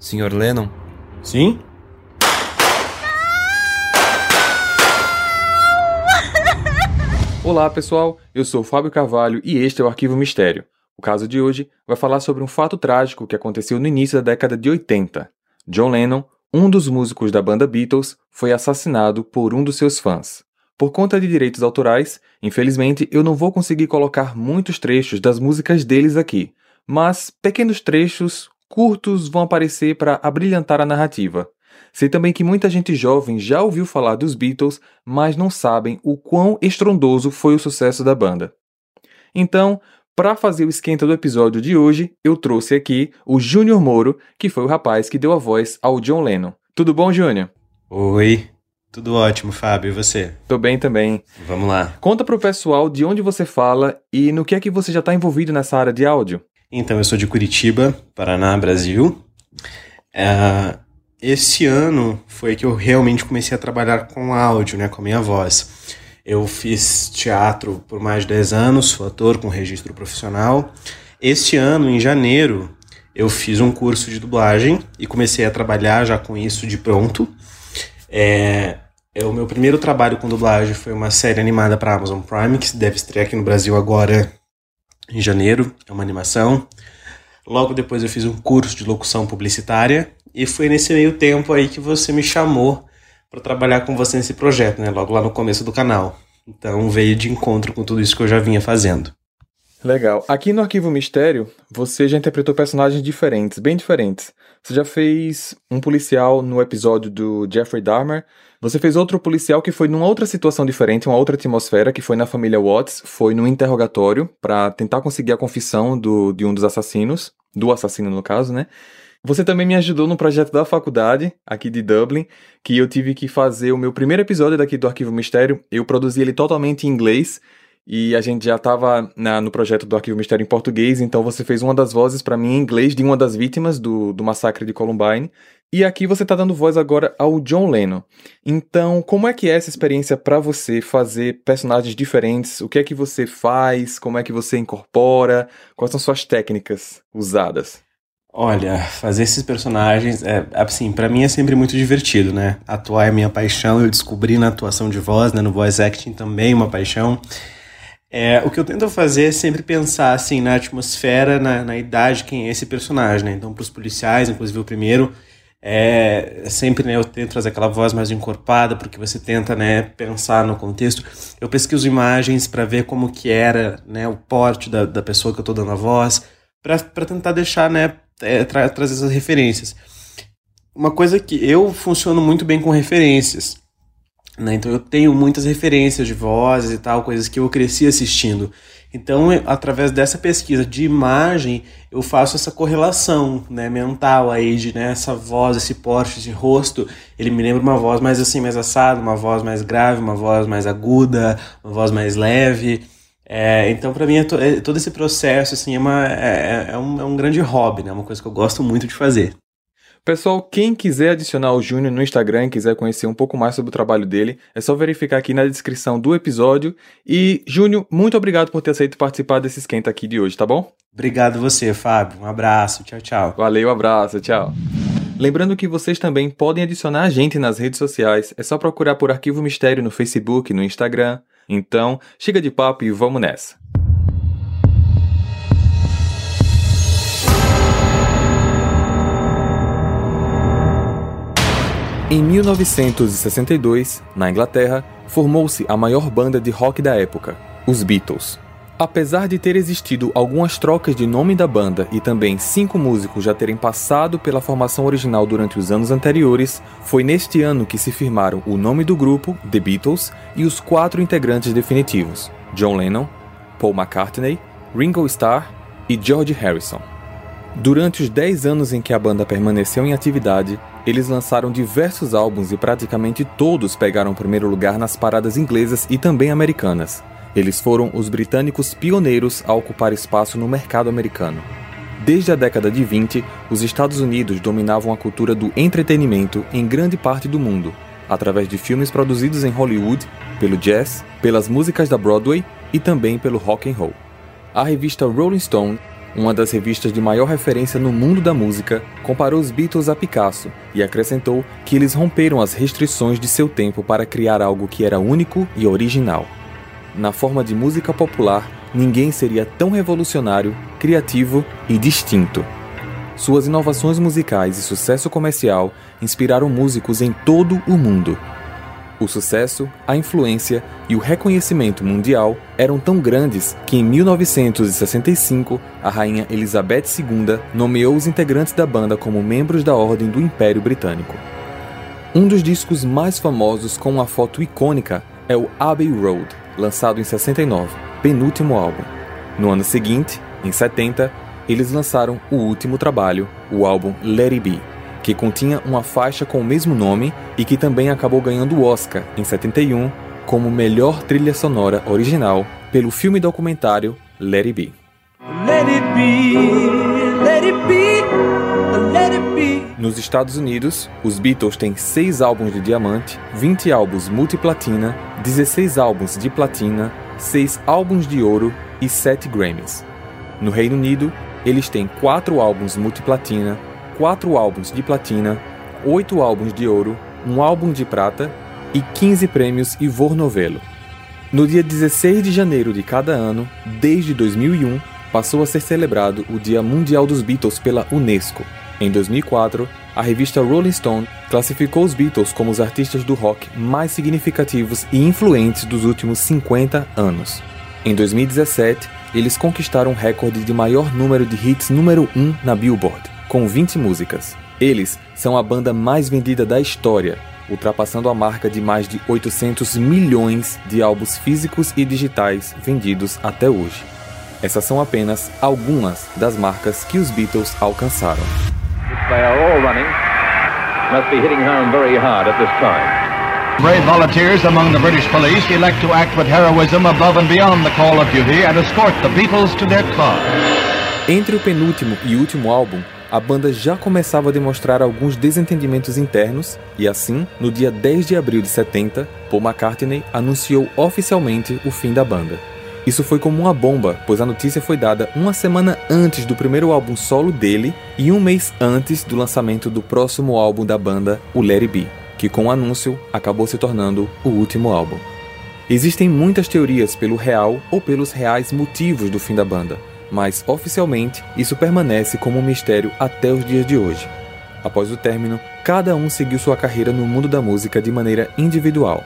Sr. Lennon? Sim? Olá pessoal, eu sou Fábio Carvalho e este é o Arquivo Mistério. O caso de hoje vai falar sobre um fato trágico que aconteceu no início da década de 80. John Lennon, um dos músicos da banda Beatles, foi assassinado por um dos seus fãs. Por conta de direitos autorais, infelizmente eu não vou conseguir colocar muitos trechos das músicas deles aqui, mas pequenos trechos curtos vão aparecer para abrilhantar a narrativa. Sei também que muita gente jovem já ouviu falar dos Beatles, mas não sabem o quão estrondoso foi o sucesso da banda. Então, para fazer o esquenta do episódio de hoje, eu trouxe aqui o Júnior Moro, que foi o rapaz que deu a voz ao John Lennon. Tudo bom, Júnior? Oi, tudo ótimo, Fábio, e você? Tô bem também. Vamos lá. Conta pro pessoal de onde você fala e no que é que você já está envolvido nessa área de áudio. Então, eu sou de Curitiba, Paraná, Brasil. Esse ano foi que eu realmente comecei a trabalhar com áudio, com a minha voz. Eu fiz teatro por mais de 10 anos, sou ator com registro profissional. Este ano, em janeiro, eu fiz um curso de dublagem e comecei a trabalhar já com isso de pronto. O meu primeiro trabalho com dublagem foi uma série animada para Amazon Prime, que deve estrear aqui no Brasil agora em janeiro, é uma animação. Logo depois eu fiz um curso de locução publicitária e foi nesse meio tempo aí que você me chamou para trabalhar com você nesse projeto, logo lá no começo do canal. Então veio de encontro com tudo isso que eu já vinha fazendo. Legal. Aqui no Arquivo Mistério, você já interpretou personagens diferentes, bem diferentes. Você já fez um policial no episódio do Jeffrey Dahmer. Você fez outro policial que foi numa outra situação diferente, uma outra atmosfera, que foi na família Watts. Foi no interrogatório para tentar conseguir a confissão de um dos assassinos. Do assassino, no caso, né? Você também me ajudou no projeto da faculdade, aqui de Dublin, que eu tive que fazer o meu primeiro episódio daqui do Arquivo Mistério. Eu produzi ele totalmente em inglês. E a gente já estava no projeto do Arquivo Mistério em português, então você fez uma das vozes para mim em inglês de uma das vítimas do massacre de Columbine. E aqui você está dando voz agora ao John Lennon. Então, como é que é essa experiência para você fazer personagens diferentes? O que é que você faz? Como é que você incorpora? Quais são suas técnicas usadas? Olha, fazer esses personagens, assim, pra mim é sempre muito divertido, Atuar é minha paixão, eu descobri na atuação de voz, no voice acting também uma paixão. O que eu tento fazer é sempre pensar assim, na atmosfera, na idade, quem é esse personagem, Então, para os policiais, inclusive o primeiro, sempre eu tento trazer aquela voz mais encorpada, porque você tenta pensar no contexto. Eu pesquiso imagens para ver como que era o porte da pessoa que eu estou dando a voz, para tentar deixar, trazer essas referências. Uma coisa que eu funciono muito bem com referências. Então eu tenho muitas referências de vozes e tal, coisas que eu cresci assistindo. Então, através dessa pesquisa de imagem, eu faço essa correlação mental aí de essa voz, esse porte, esse rosto. Ele me lembra uma voz mais assim, mais assada, uma voz mais grave, uma voz mais aguda, uma voz mais leve. Então, para mim, todo esse processo assim, é um grande hobby, uma coisa que eu gosto muito de fazer. Pessoal, quem quiser adicionar o Júnior no Instagram e quiser conhecer um pouco mais sobre o trabalho dele, é só verificar aqui na descrição do episódio. E, Júnior, muito obrigado por ter aceito participar desse esquenta aqui de hoje, tá bom? Obrigado você, Fábio. Um abraço. Tchau, tchau. Valeu, abraço, tchau. Lembrando que vocês também podem adicionar a gente nas redes sociais. É só procurar por Arquivo Mistério no Facebook, no Instagram. Então, chega de papo e vamos nessa. Em 1962, na Inglaterra, formou-se a maior banda de rock da época, os Beatles. Apesar de ter existido algumas trocas de nome da banda e também 5 músicos já terem passado pela formação original durante os anos anteriores, foi neste ano que se firmaram o nome do grupo, The Beatles, e os 4 integrantes definitivos, John Lennon, Paul McCartney, Ringo Starr e George Harrison. Durante os 10 anos em que a banda permaneceu em atividade, eles lançaram diversos álbuns e praticamente todos pegaram o primeiro lugar nas paradas inglesas e também americanas. Eles foram os britânicos pioneiros a ocupar espaço no mercado americano. Desde a década de 20, os Estados Unidos dominavam a cultura do entretenimento em grande parte do mundo, através de filmes produzidos em Hollywood, pelo jazz, pelas músicas da Broadway e também pelo rock and roll. A revista Rolling Stone uma das revistas de maior referência no mundo da música, comparou os Beatles a Picasso e acrescentou que eles romperam as restrições de seu tempo para criar algo que era único e original. Na forma de música popular, ninguém seria tão revolucionário, criativo e distinto. Suas inovações musicais e sucesso comercial inspiraram músicos em todo o mundo. O sucesso, a influência e o reconhecimento mundial eram tão grandes que em 1965 a rainha Elizabeth II nomeou os integrantes da banda como membros da Ordem do Império Britânico. Um dos discos mais famosos com uma foto icônica é o Abbey Road, lançado em 69, penúltimo álbum. No ano seguinte, em 70, eles lançaram o último trabalho, o álbum Let It Be, que continha uma faixa com o mesmo nome e que também acabou ganhando o Oscar, em 71, como melhor trilha sonora original pelo filme documentário Let It Be. Let it be, let it be, let it be. Nos Estados Unidos, os Beatles têm 6 álbuns de diamante, 20 álbuns multiplatina, 16 álbuns de platina, 6 álbuns de ouro e 7 Grammys. No Reino Unido, eles têm 4 álbuns multiplatina, 4 álbuns de platina, 8 álbuns de ouro, 1 álbum de prata e 15 prêmios Ivor Novello. No dia 16 de janeiro de cada ano, desde 2001, passou a ser celebrado o Dia Mundial dos Beatles pela Unesco. Em 2004, a revista Rolling Stone classificou os Beatles como os artistas do rock mais significativos e influentes dos últimos 50 anos. Em 2017, eles conquistaram o recorde de maior número de hits número 1 na Billboard, com 20 músicas. Eles são a banda mais vendida da história, ultrapassando a marca de mais de 800 milhões de álbuns físicos e digitais vendidos até hoje. Essas são apenas algumas das marcas que os Beatles alcançaram. They are all running. Must be hitting home very hard at this time. Brave volunteers among the British police elect to act with heroism above and beyond the call of duty and escort the Beatles to their car. Entre o penúltimo e último álbum, a banda já começava a demonstrar alguns desentendimentos internos e assim, no dia 10 de abril de 70, Paul McCartney anunciou oficialmente o fim da banda. Isso foi como uma bomba, pois a notícia foi dada uma semana antes do primeiro álbum solo dele e um mês antes do lançamento do próximo álbum da banda, o Let It Be, que com o anúncio acabou se tornando o último álbum. Existem muitas teorias pelo real ou pelos reais motivos do fim da banda, mas oficialmente isso permanece como um mistério até os dias de hoje. Após o término, cada um seguiu sua carreira no mundo da música de maneira individual.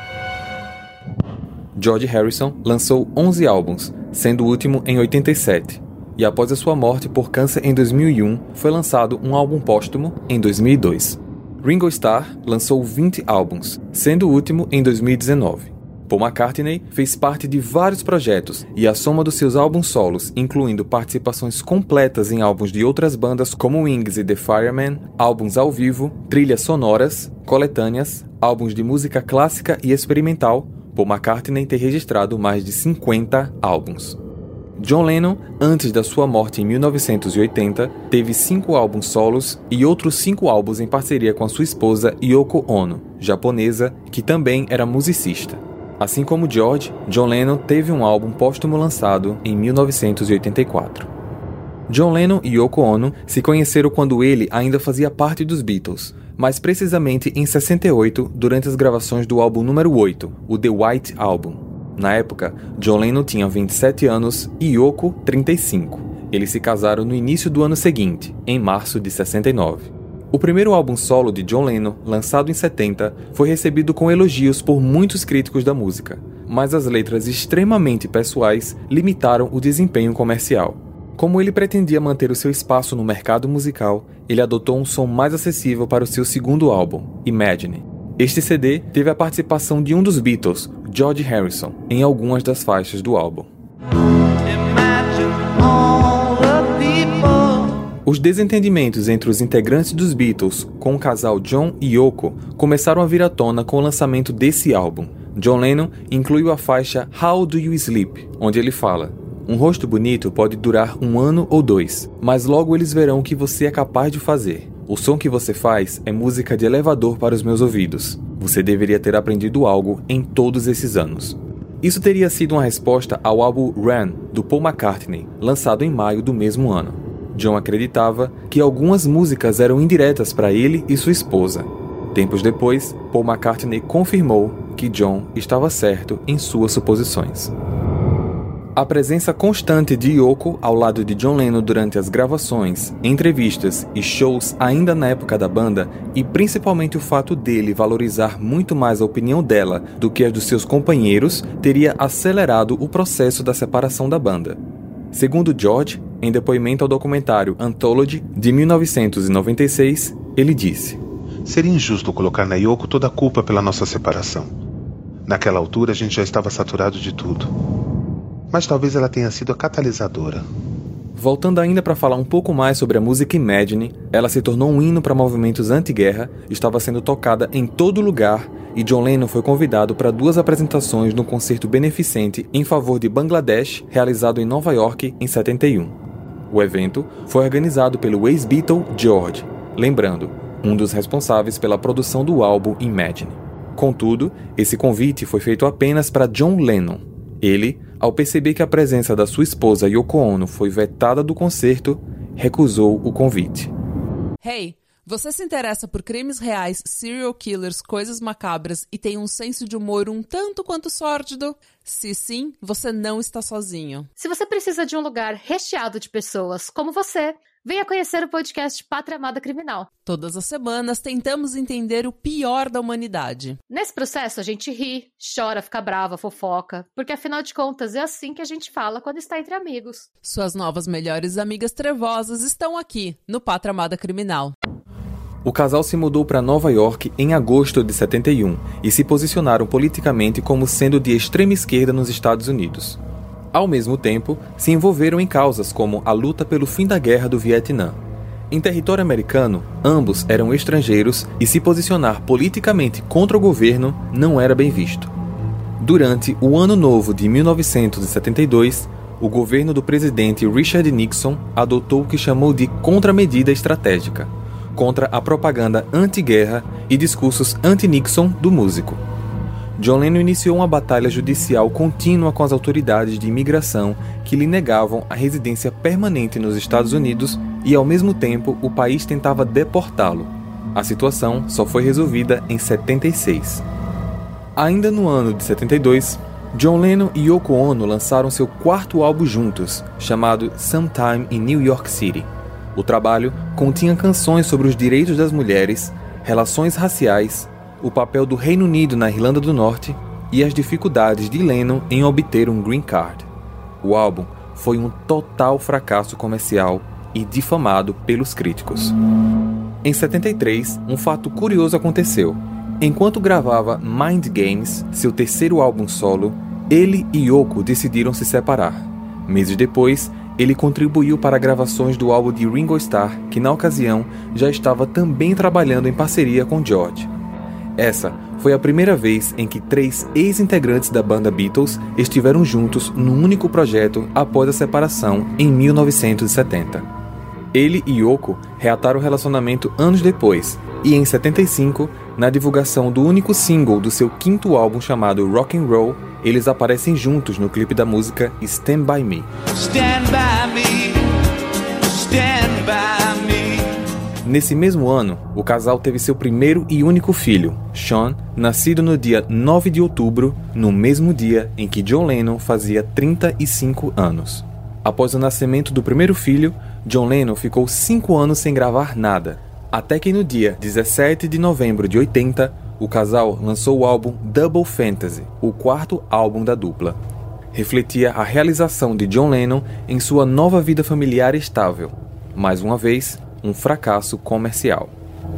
George Harrison lançou 11 álbuns, sendo o último em 87, e após a sua morte por câncer em 2001, foi lançado um álbum póstumo em 2002. Ringo Starr lançou 20 álbuns, sendo o último em 2019. Paul McCartney fez parte de vários projetos e a soma dos seus álbuns solos, incluindo participações completas em álbuns de outras bandas como Wings e The Fireman, álbuns ao vivo, trilhas sonoras, coletâneas, álbuns de música clássica e experimental, Paul McCartney tem registrado mais de 50 álbuns. John Lennon, antes da sua morte em 1980, teve 5 álbuns solos e outros 5 álbuns em parceria com a sua esposa Yoko Ono, japonesa, que também era musicista. Assim como George, John Lennon teve um álbum póstumo lançado em 1984. John Lennon e Yoko Ono se conheceram quando ele ainda fazia parte dos Beatles, mais precisamente em 68, durante as gravações do álbum número 8, o The White Album. Na época, John Lennon tinha 27 anos e Yoko 35. Eles se casaram no início do ano seguinte, em março de 69. O primeiro álbum solo de John Lennon, lançado em 70, foi recebido com elogios por muitos críticos da música, mas as letras extremamente pessoais limitaram o desempenho comercial. Como ele pretendia manter o seu espaço no mercado musical, ele adotou um som mais acessível para o seu segundo álbum, Imagine. Este CD teve a participação de um dos Beatles, George Harrison, em algumas das faixas do álbum. Os desentendimentos entre os integrantes dos Beatles com o casal John e Yoko começaram a vir à tona com o lançamento desse álbum. John Lennon incluiu a faixa How Do You Sleep, onde ele fala: "Um rosto bonito pode durar 1 ano ou 2, mas logo eles verão o que você é capaz de fazer. O som que você faz é música de elevador para os meus ouvidos. Você deveria ter aprendido algo em todos esses anos." Isso teria sido uma resposta ao álbum Run, do Paul McCartney, lançado em maio do mesmo ano. John acreditava que algumas músicas eram indiretas para ele e sua esposa. Tempos depois, Paul McCartney confirmou que John estava certo em suas suposições. A presença constante de Yoko ao lado de John Lennon durante as gravações, entrevistas e shows ainda na época da banda, e principalmente o fato dele valorizar muito mais a opinião dela do que a dos seus companheiros, teria acelerado o processo da separação da banda. Segundo George, em depoimento ao documentário Anthology de 1996, ele disse: "Seria injusto colocar na Yoko toda a culpa pela nossa separação. Naquela altura a gente já estava saturado de tudo. Mas talvez ela tenha sido a catalisadora." Voltando ainda para falar um pouco mais sobre a música Imagine, ela se tornou um hino para movimentos anti-guerra, estava sendo tocada em todo lugar e John Lennon foi convidado para 2 apresentações no concerto beneficente em favor de Bangladesh, realizado em Nova York em 71. O evento foi organizado pelo ex-Beatle George, lembrando, um dos responsáveis pela produção do álbum Imagine. Contudo, esse convite foi feito apenas para John Lennon. Ele, ao perceber que a presença da sua esposa Yoko Ono foi vetada do concerto, recusou o convite. Hey, você se interessa por crimes reais, serial killers, coisas macabras e tem um senso de humor um tanto quanto sórdido? Se sim, você não está sozinho. Se você precisa de um lugar recheado de pessoas como você, venha conhecer o podcast Pátria Amada Criminal. Todas as semanas tentamos entender o pior da humanidade. Nesse processo a gente ri, chora, fica brava, fofoca, porque afinal de contas é assim que a gente fala quando está entre amigos. Suas novas melhores amigas trevosas estão aqui, no Pátria Amada Criminal. O casal se mudou para Nova York em agosto de 71 e se posicionaram politicamente como sendo de extrema esquerda nos Estados Unidos. Ao mesmo tempo, se envolveram em causas como a luta pelo fim da Guerra do Vietnã. Em território americano, ambos eram estrangeiros e se posicionar politicamente contra o governo não era bem visto. Durante o Ano Novo de 1972, o governo do presidente Richard Nixon adotou o que chamou de contramedida estratégica, contra a propaganda anti-guerra e discursos anti-Nixon do músico. John Lennon iniciou uma batalha judicial contínua com as autoridades de imigração que lhe negavam a residência permanente nos Estados Unidos e, ao mesmo tempo, o país tentava deportá-lo. A situação só foi resolvida em 76. Ainda no ano de 72, John Lennon e Yoko Ono lançaram seu 4º álbum juntos, chamado Sometime in New York City. O trabalho continha canções sobre os direitos das mulheres, relações raciais, o papel do Reino Unido na Irlanda do Norte e as dificuldades de Lennon em obter um green card. O álbum foi um total fracasso comercial e difamado pelos críticos. Em 73, um fato curioso aconteceu. Enquanto gravava Mind Games, seu 3º álbum solo, ele e Yoko decidiram se separar. Meses depois, ele contribuiu para gravações do álbum de Ringo Starr, que na ocasião já estava também trabalhando em parceria com George. Essa foi a primeira vez em que 3 ex-integrantes da banda Beatles estiveram juntos num único projeto após a separação em 1970. Ele e Yoko reataram o relacionamento anos depois, e em 75, na divulgação do único single do seu 5º álbum chamado Rock and Roll, eles aparecem juntos no clipe da música Stand By Me. Stand by me, stand by me. Nesse mesmo ano, o casal teve seu primeiro e único filho, Sean, nascido no dia 9 de outubro, no mesmo dia em que John Lennon fazia 35 anos. Após o nascimento do primeiro filho, John Lennon ficou 5 anos sem gravar nada, até que no dia 17 de novembro de 80, o casal lançou o álbum Double Fantasy, o 4º álbum da dupla. Refletia a realização de John Lennon em sua nova vida familiar estável. Mais uma vez, um fracasso comercial.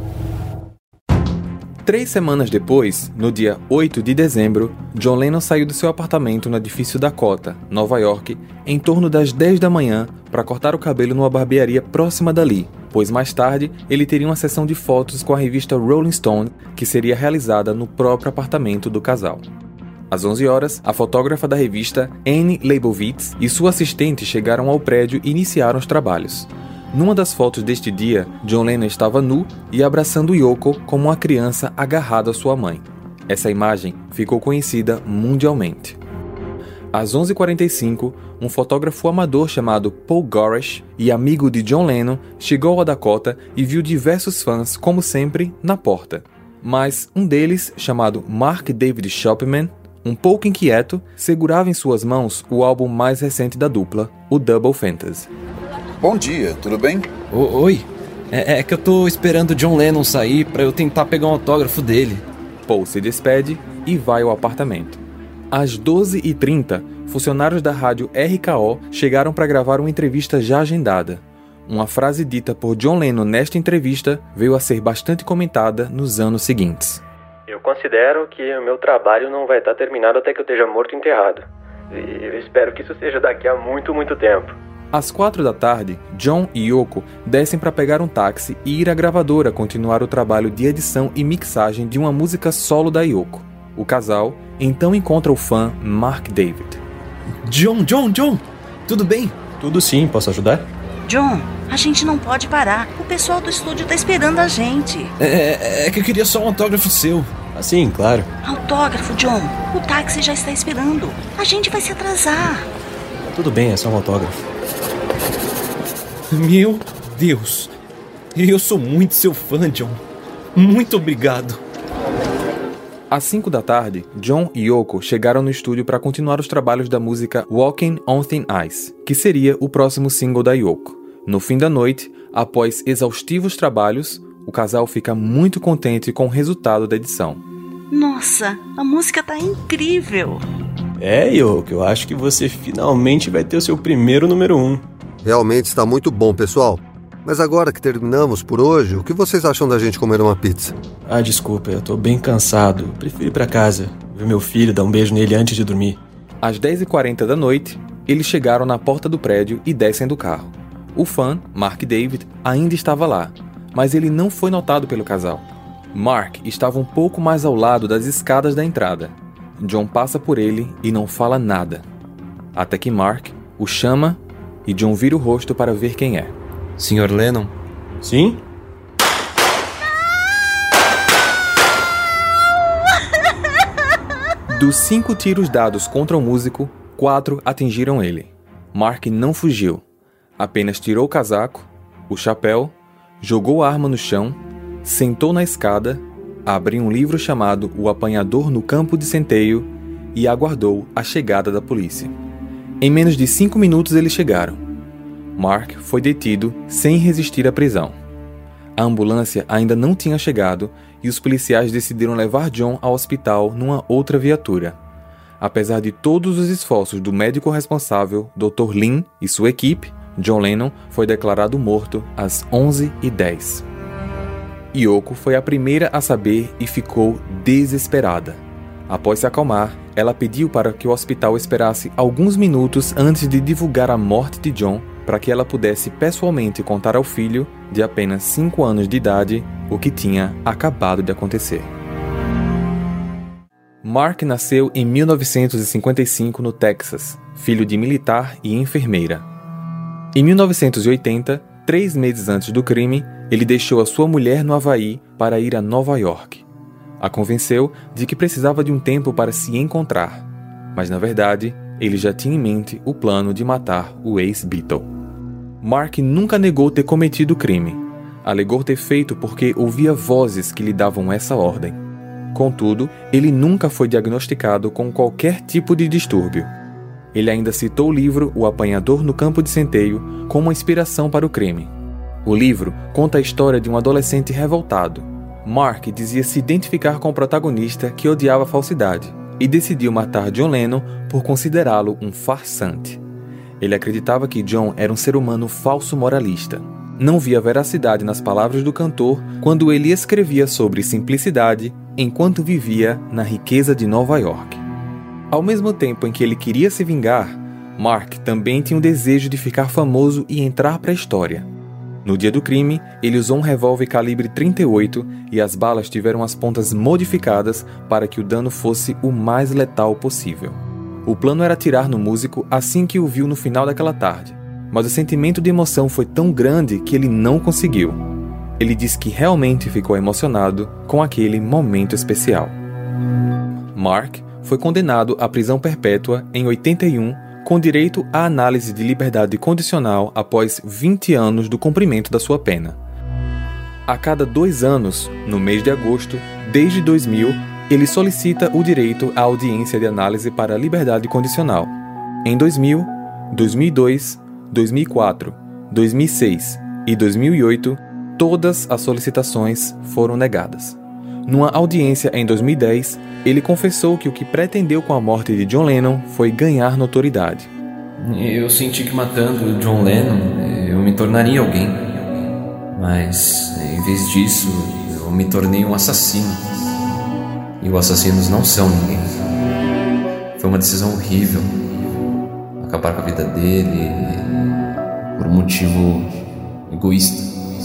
3 semanas depois, no dia 8 de dezembro, John Lennon saiu do seu apartamento no edifício Dakota, Nova York, em torno das 10 da manhã para cortar o cabelo numa barbearia próxima dali, pois mais tarde ele teria uma sessão de fotos com a revista Rolling Stone, que seria realizada no próprio apartamento do casal. Às 11 horas, a fotógrafa da revista, Annie Leibovitz, e sua assistente chegaram ao prédio e iniciaram os trabalhos. Numa das fotos deste dia, John Lennon estava nu e abraçando Yoko como uma criança agarrada à sua mãe. Essa imagem ficou conhecida mundialmente. Às 11h45, um fotógrafo amador chamado Paul Goresh e amigo de John Lennon chegou a Dakota e viu diversos fãs, como sempre, na porta. Mas um deles, chamado Mark David Chapman, um pouco inquieto, segurava em suas mãos o álbum mais recente da dupla, o Double Fantasy. Bom dia, tudo bem? Oi, é que eu tô esperando o John Lennon sair pra eu tentar pegar um autógrafo dele. Paul se despede e vai ao apartamento. Às 12h30, funcionários da rádio RKO chegaram para gravar uma entrevista já agendada. Uma frase dita por John Lennon nesta entrevista veio a ser bastante comentada nos anos seguintes. Eu considero que o meu trabalho não vai estar terminado até que eu esteja morto e enterrado. E eu espero que isso seja daqui a muito, muito tempo. Às 4h, John e Yoko descem para pegar um táxi e ir à gravadora continuar o trabalho de edição e mixagem de uma música solo da Yoko. O casal então encontra o fã Mark David. John, tudo bem? Tudo sim, posso ajudar? John, a gente não pode parar. O pessoal do estúdio tá esperando a gente. É que eu queria só um autógrafo seu. Sim, claro. Autógrafo, John. O táxi já está esperando. A gente vai se atrasar. Tudo bem, é só um autógrafo. Meu Deus. Eu sou muito seu fã, John. Muito obrigado. Às 5h, John e Yoko chegaram no estúdio para continuar os trabalhos da música Walking on Thin Ice, que seria o próximo single da Yoko. No fim da noite, após exaustivos trabalhos, o casal fica muito contente com o resultado da edição. Nossa, a música tá incrível! Yoko, eu acho que você finalmente vai ter o seu primeiro número 1. Realmente está muito bom, pessoal. Mas agora que terminamos por hoje, o que vocês acham da gente comer uma pizza? Desculpa, eu tô bem cansado. Prefiro ir pra casa, ver meu filho, dar um beijo nele antes de dormir. Às 10h40 da noite, eles chegaram na porta do prédio e descem do carro. O fã, Mark David, ainda estava lá, mas ele não foi notado pelo casal. Mark estava um pouco mais ao lado das escadas da entrada. John passa por ele e não fala nada. Até que Mark o chama e John vira o rosto para ver quem é. Sr. Lennon? Sim? Dos 5 tiros dados contra o músico, 4 atingiram ele. Mark não fugiu. Apenas tirou o casaco, o chapéu, jogou a arma no chão, sentou na escada, abriu um livro chamado O Apanhador no Campo de Centeio e aguardou a chegada da polícia. Em menos de 5 minutos eles chegaram. Mark foi detido sem resistir à prisão. A ambulância ainda não tinha chegado e os policiais decidiram levar John ao hospital numa outra viatura. Apesar de todos os esforços do médico responsável, Dr. Lin, e sua equipe, John Lennon foi declarado morto às 11h10. Yoko foi a primeira a saber e ficou desesperada. Após se acalmar, ela pediu para que o hospital esperasse alguns minutos antes de divulgar a morte de John, para que ela pudesse pessoalmente contar ao filho, de apenas 5 anos de idade, o que tinha acabado de acontecer. Mark nasceu em 1955 no Texas, filho de militar e enfermeira. Em 1980, 3 meses antes do crime, ele deixou a sua mulher no Havaí para ir a Nova York. A convenceu de que precisava de um tempo para se encontrar, mas na verdade, ele já tinha em mente o plano de matar o ex-Beatle. Mark nunca negou ter cometido o crime. Alegou ter feito porque ouvia vozes que lhe davam essa ordem. Contudo, ele nunca foi diagnosticado com qualquer tipo de distúrbio. Ele ainda citou o livro O Apanhador no Campo de Centeio como inspiração para o crime. O livro conta a história de um adolescente revoltado. Mark dizia se identificar com o protagonista que odiava a falsidade e decidiu matar John Lennon por considerá-lo um farsante. Ele acreditava que John era um ser humano falso moralista. Não via veracidade nas palavras do cantor quando ele escrevia sobre simplicidade enquanto vivia na riqueza de Nova York. Ao mesmo tempo em que ele queria se vingar, Mark também tinha o desejo de ficar famoso e entrar para a história. No dia do crime, ele usou um revólver calibre 38 e as balas tiveram as pontas modificadas para que o dano fosse o mais letal possível. O plano era atirar no músico assim que o viu no final daquela tarde, mas o sentimento de emoção foi tão grande que ele não conseguiu. Ele disse que realmente ficou emocionado com aquele momento especial. Mark foi condenado à prisão perpétua em 81, com direito à análise de liberdade condicional após 20 anos do cumprimento da sua pena. A cada 2 anos, no mês de agosto, desde 2000, ele solicita o direito à audiência de análise para a liberdade condicional. Em 2000, 2002, 2004, 2006 e 2008, todas as solicitações foram negadas. Numa audiência em 2010, ele confessou que o que pretendeu com a morte de John Lennon foi ganhar notoriedade. Eu senti que matando John Lennon eu me tornaria alguém. Mas, em vez disso, eu me tornei um assassino. E os assassinos não são ninguém. Foi uma decisão horrível. Acabar com a vida dele por um motivo egoísta.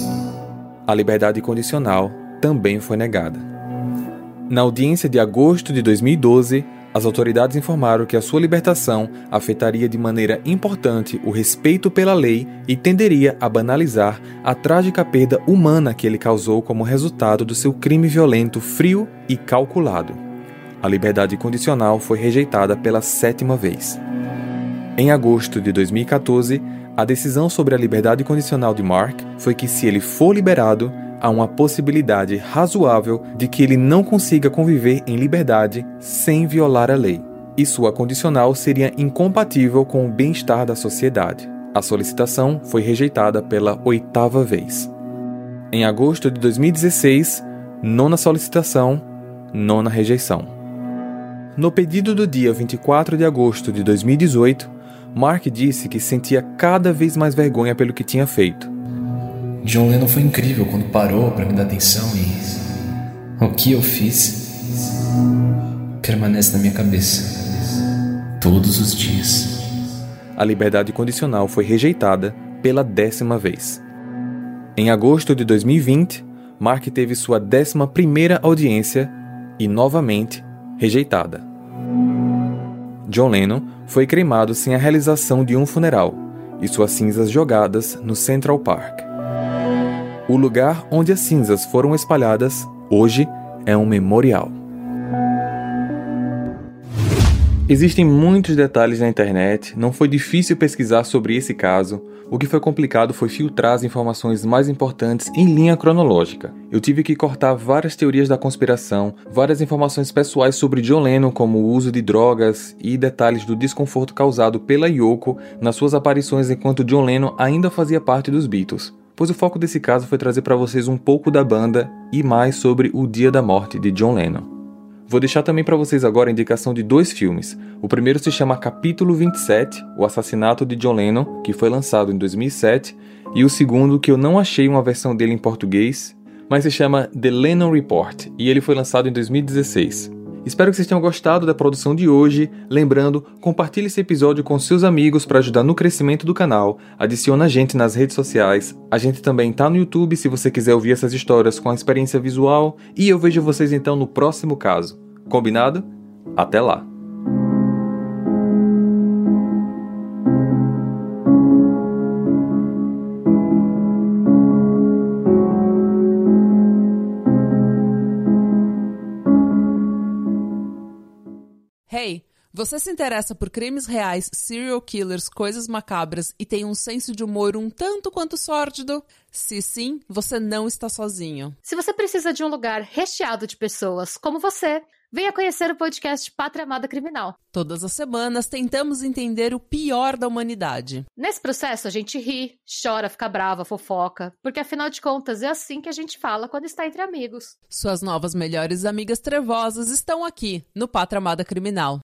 A liberdade condicional também foi negada. Na audiência de agosto de 2012, as autoridades informaram que a sua libertação afetaria de maneira importante o respeito pela lei e tenderia a banalizar a trágica perda humana que ele causou como resultado do seu crime violento frio e calculado. A liberdade condicional foi rejeitada pela 7ª vez. Em agosto de 2014, a decisão sobre a liberdade condicional de Mark foi que, se ele for liberado, há uma possibilidade razoável de que ele não consiga conviver em liberdade sem violar a lei, e sua condicional seria incompatível com o bem-estar da sociedade. A solicitação foi rejeitada pela 8ª vez. Em agosto de 2016, 9ª solicitação, 9ª rejeição. No pedido do dia 24 de agosto de 2018, Mark disse que sentia cada vez mais vergonha pelo que tinha feito. John Lennon foi incrível quando parou para me dar atenção e o que eu fiz permanece na minha cabeça todos os dias. A liberdade condicional foi rejeitada pela 10ª vez. Em agosto de 2020, Mark teve sua 11ª audiência e, novamente, rejeitada. John Lennon foi cremado sem a realização de um funeral e suas cinzas jogadas no Central Park. O lugar onde as cinzas foram espalhadas, hoje, é um memorial. Existem muitos detalhes na internet, não foi difícil pesquisar sobre esse caso. O que foi complicado foi filtrar as informações mais importantes em linha cronológica. Eu tive que cortar várias teorias da conspiração, várias informações pessoais sobre John Lennon, como o uso de drogas e detalhes do desconforto causado pela Yoko nas suas aparições enquanto John Lennon ainda fazia parte dos Beatles. Pois o foco desse caso foi trazer para vocês um pouco da banda e mais sobre o dia da morte de John Lennon. Vou deixar também para vocês agora a indicação de 2 filmes. O primeiro se chama Capítulo 27, O Assassinato de John Lennon, que foi lançado em 2007, e o segundo, que eu não achei uma versão dele em português, mas se chama The Lennon Report, e ele foi lançado em 2016. Espero que vocês tenham gostado da produção de hoje. Lembrando, compartilhe esse episódio com seus amigos para ajudar no crescimento do canal. Adiciona a gente nas redes sociais. A gente também tá no YouTube se você quiser ouvir essas histórias com a experiência visual. E eu vejo vocês então no próximo caso. Combinado? Até lá! Hey, você se interessa por crimes reais, serial killers, coisas macabras e tem um senso de humor um tanto quanto sórdido? Se sim, você não está sozinho. Se você precisa de um lugar recheado de pessoas como você, venha conhecer o podcast Pátria Amada Criminal. Todas as semanas tentamos entender o pior da humanidade. Nesse processo a gente ri, chora, fica brava, fofoca, porque afinal de contas é assim que a gente fala quando está entre amigos. Suas novas melhores amigas trevosas estão aqui no Pátria Amada Criminal.